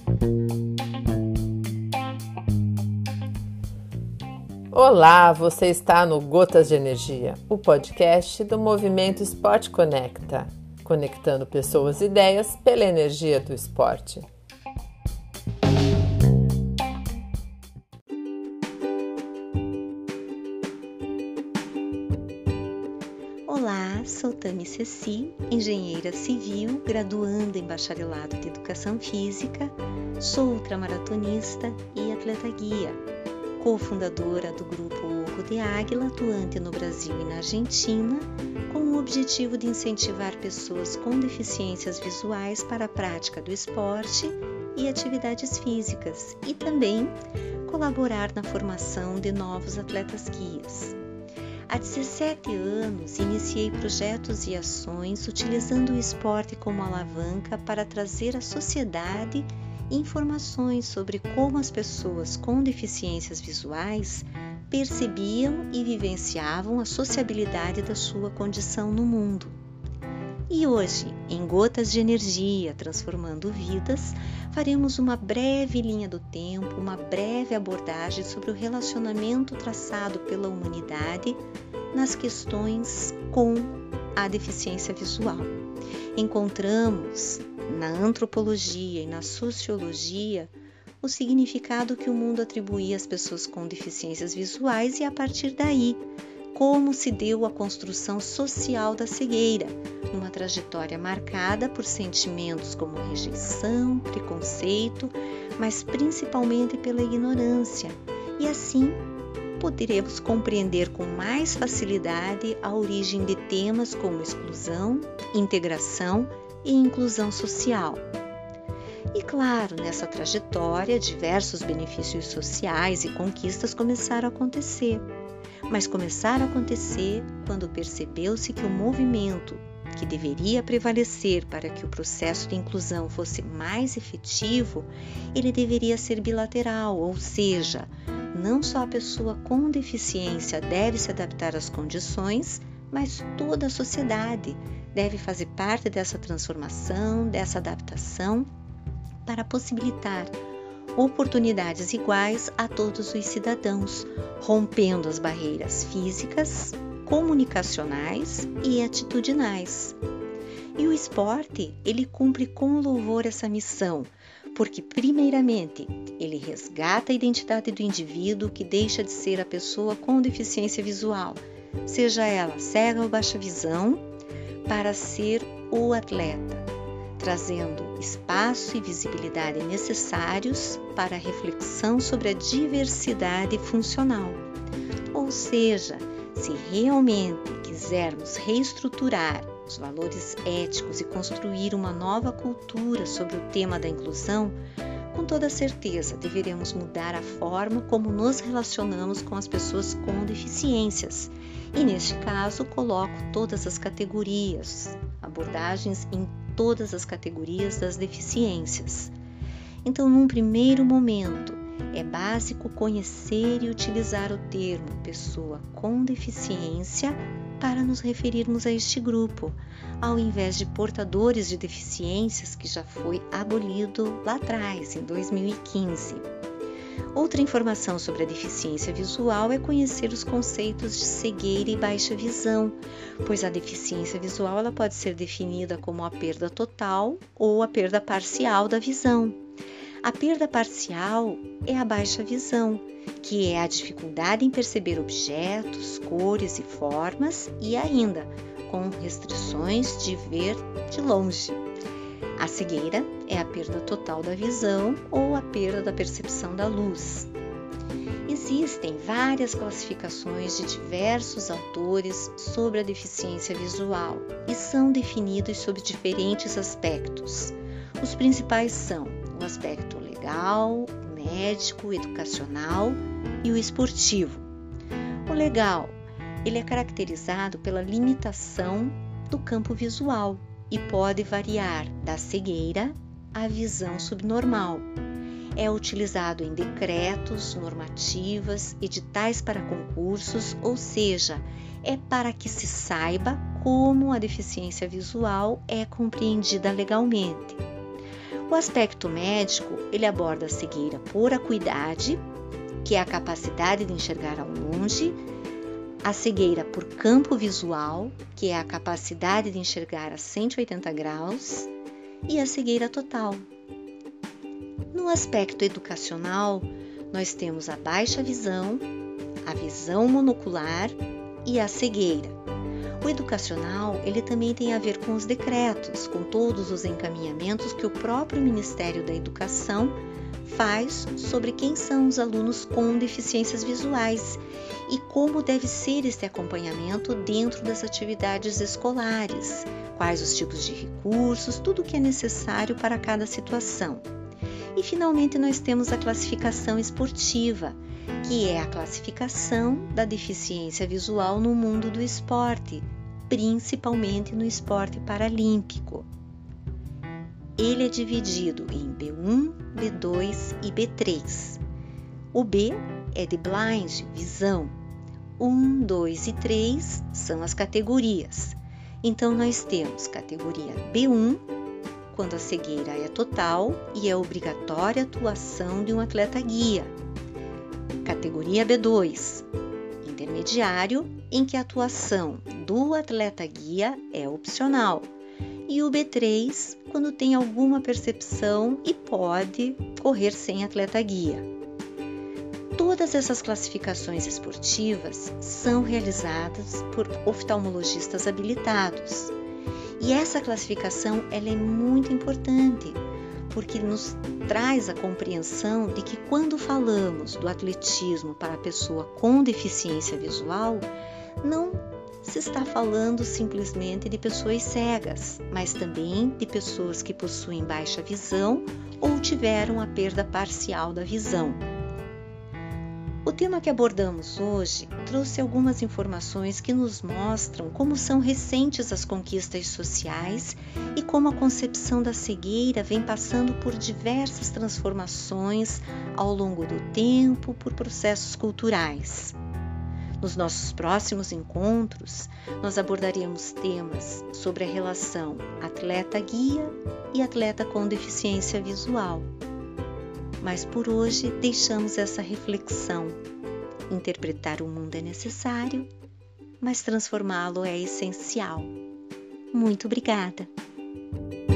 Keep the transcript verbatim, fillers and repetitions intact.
Olá, você está no Gotas de Energia, o podcast do Movimento Esporte Conecta, conectando pessoas e ideias pela energia do esporte. Olá, sou Tami Ceci, engenheira civil, graduanda em bacharelado de Educação Física, sou ultramaratonista e atleta guia, cofundadora do grupo Ojo de Águila, atuante no Brasil e na Argentina, com o objetivo de incentivar pessoas com deficiências visuais para a prática do esporte e atividades físicas e também colaborar na formação de novos atletas guias. Há dezessete anos, iniciei projetos e ações utilizando o esporte como alavanca para trazer à sociedade informações sobre como as pessoas com deficiências visuais percebiam e vivenciavam a sociabilidade da sua condição no mundo. E hoje, em Gotas de Energia, transformando vidas, faremos uma breve linha do tempo, uma breve abordagem sobre o relacionamento traçado pela humanidade nas questões com a deficiência visual. Encontramos na antropologia e na sociologia o significado que o mundo atribuía às pessoas com deficiências visuais e, a partir daí, como se deu a construção social da cegueira, numa trajetória marcada por sentimentos como rejeição, preconceito, mas principalmente pela ignorância, e assim poderemos compreender com mais facilidade a origem de temas como exclusão, integração e inclusão social. E claro, nessa trajetória, diversos benefícios sociais e conquistas começaram a acontecer. Mas começaram a acontecer quando percebeu-se que o movimento que deveria prevalecer para que o processo de inclusão fosse mais efetivo, ele deveria ser bilateral, ou seja, não só a pessoa com deficiência deve se adaptar às condições, mas toda a sociedade deve fazer parte dessa transformação, dessa adaptação, para possibilitar oportunidades iguais a todos os cidadãos, rompendo as barreiras físicas, comunicacionais e atitudinais. E o esporte, ele cumpre com louvor essa missão, porque primeiramente ele resgata a identidade do indivíduo que deixa de ser a pessoa com deficiência visual, seja ela cega ou baixa visão, para ser o atleta, trazendo espaço e visibilidade necessários para a reflexão sobre a diversidade funcional. Ou seja, se realmente quisermos reestruturar os valores éticos e construir uma nova cultura sobre o tema da inclusão, com toda certeza deveremos mudar a forma como nos relacionamos com as pessoas com deficiências. E neste caso, coloco todas as categorias, abordagens em todas as categorias das deficiências. Então, num primeiro momento, é básico conhecer e utilizar o termo pessoa com deficiência para nos referirmos a este grupo, ao invés de portadores de deficiências, que já foi abolido lá atrás, em dois mil e quinze. Outra informação sobre a deficiência visual é conhecer os conceitos de cegueira e baixa visão, pois a deficiência visual ela pode ser definida como a perda total ou a perda parcial da visão. A perda parcial é a baixa visão, que é a dificuldade em perceber objetos, cores e formas e ainda com restrições de ver de longe. A cegueira é a perda total da visão ou a perda da percepção da luz. Existem várias classificações de diversos autores sobre a deficiência visual e são definidos sob diferentes aspectos. Os principais são o aspecto legal, médico, educacional e o esportivo. O legal, ele é caracterizado pela limitação do campo visual e pode variar da cegueira à visão subnormal. É utilizado em decretos, normativas, editais para concursos, ou seja, é para que se saiba como a deficiência visual é compreendida legalmente. O aspecto médico, ele aborda a cegueira por acuidade, que é a capacidade de enxergar ao longe, a cegueira por campo visual, que é a capacidade de enxergar a cento e oitenta graus, e a cegueira total. No aspecto educacional, nós temos a baixa visão, a visão monocular e a cegueira. O educacional, ele também tem a ver com os decretos, com todos os encaminhamentos que o próprio Ministério da Educação faz sobre quem são os alunos com deficiências visuais e como deve ser este acompanhamento dentro das atividades escolares, quais os tipos de recursos, tudo o que é necessário para cada situação. E finalmente nós temos a classificação esportiva, que é a classificação da deficiência visual no mundo do esporte, principalmente no esporte paralímpico. Ele é dividido em B um, B dois e B três. O B é de blind, visão. um, dois e três são as categorias. Então, nós temos categoria B um, quando a cegueira é total e é obrigatória a atuação de um atleta guia. Categoria B dois, intermediário, em que a atuação do atleta guia é opcional. E o B três, quando tem alguma percepção e pode correr sem atleta guia. Todas essas classificações esportivas são realizadas por oftalmologistas habilitados. E essa classificação ela é muito importante, porque nos traz a compreensão de que quando falamos do atletismo para a pessoa com deficiência visual, não se está falando simplesmente de pessoas cegas, mas também de pessoas que possuem baixa visão ou tiveram a perda parcial da visão. O tema que abordamos hoje trouxe algumas informações que nos mostram como são recentes as conquistas sociais e como a concepção da cegueira vem passando por diversas transformações ao longo do tempo por processos culturais. Nos nossos próximos encontros, nós abordaremos temas sobre a relação atleta-guia e atleta com deficiência visual. Mas por hoje deixamos essa reflexão. Interpretar o mundo é necessário, mas transformá-lo é essencial. Muito obrigada!